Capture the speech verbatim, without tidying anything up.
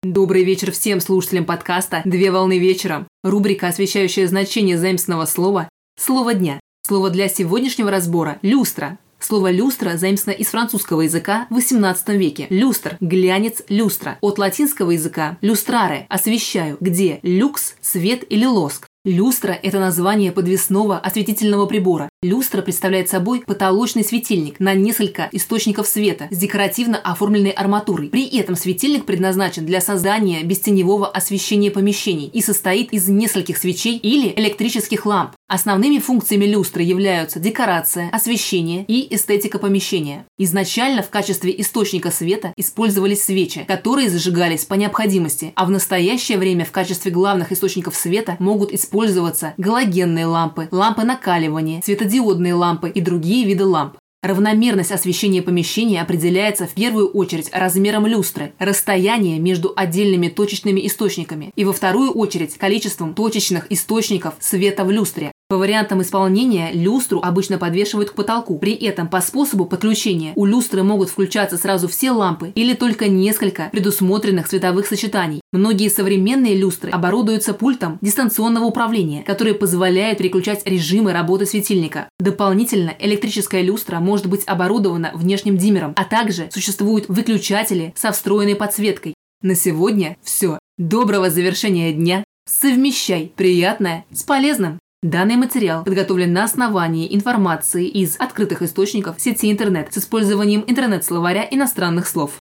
Добрый вечер всем слушателям подкаста «Две волны вечером». Рубрика, освещающая значение заимственного слова «Слово дня». Слово для сегодняшнего разбора – «люстра». Слово «люстра» заимствовано из французского языка в восемнадцатом веке. Люстр – глянец, люстра. От латинского языка «люстраре» – освещаю, где люкс – свет или лоск. Люстра – это название подвесного осветительного прибора. Люстра представляет собой потолочный светильник на несколько источников света с декоративно оформленной арматурой. При этом светильник предназначен для создания бестеневого освещения помещений и состоит из нескольких свечей или электрических ламп. Основными функциями люстры являются декорация, освещение и эстетика помещения. Изначально в качестве источника света использовались свечи, которые зажигались по необходимости, а в настоящее время в качестве главных источников света могут использоваться Использоваться галогенные лампы, лампы накаливания, светодиодные лампы и другие виды ламп. Равномерность освещения помещения определяется в первую очередь размером люстры, расстояние между отдельными точечными источниками и во вторую очередь количеством точечных источников света в люстре. По вариантам исполнения люстру обычно подвешивают к потолку. При этом по способу подключения у люстры могут включаться сразу все лампы или только несколько предусмотренных световых сочетаний. Многие современные люстры оборудуются пультом дистанционного управления, который позволяет переключать режимы работы светильника. Дополнительно электрическая люстра может быть оборудована внешним диммером, а также существуют выключатели со встроенной подсветкой. На сегодня все. Доброго завершения дня. Совмещай приятное с полезным. Данный материал подготовлен на основании информации из открытых источников сети интернет с использованием интернет-словаря иностранных слов.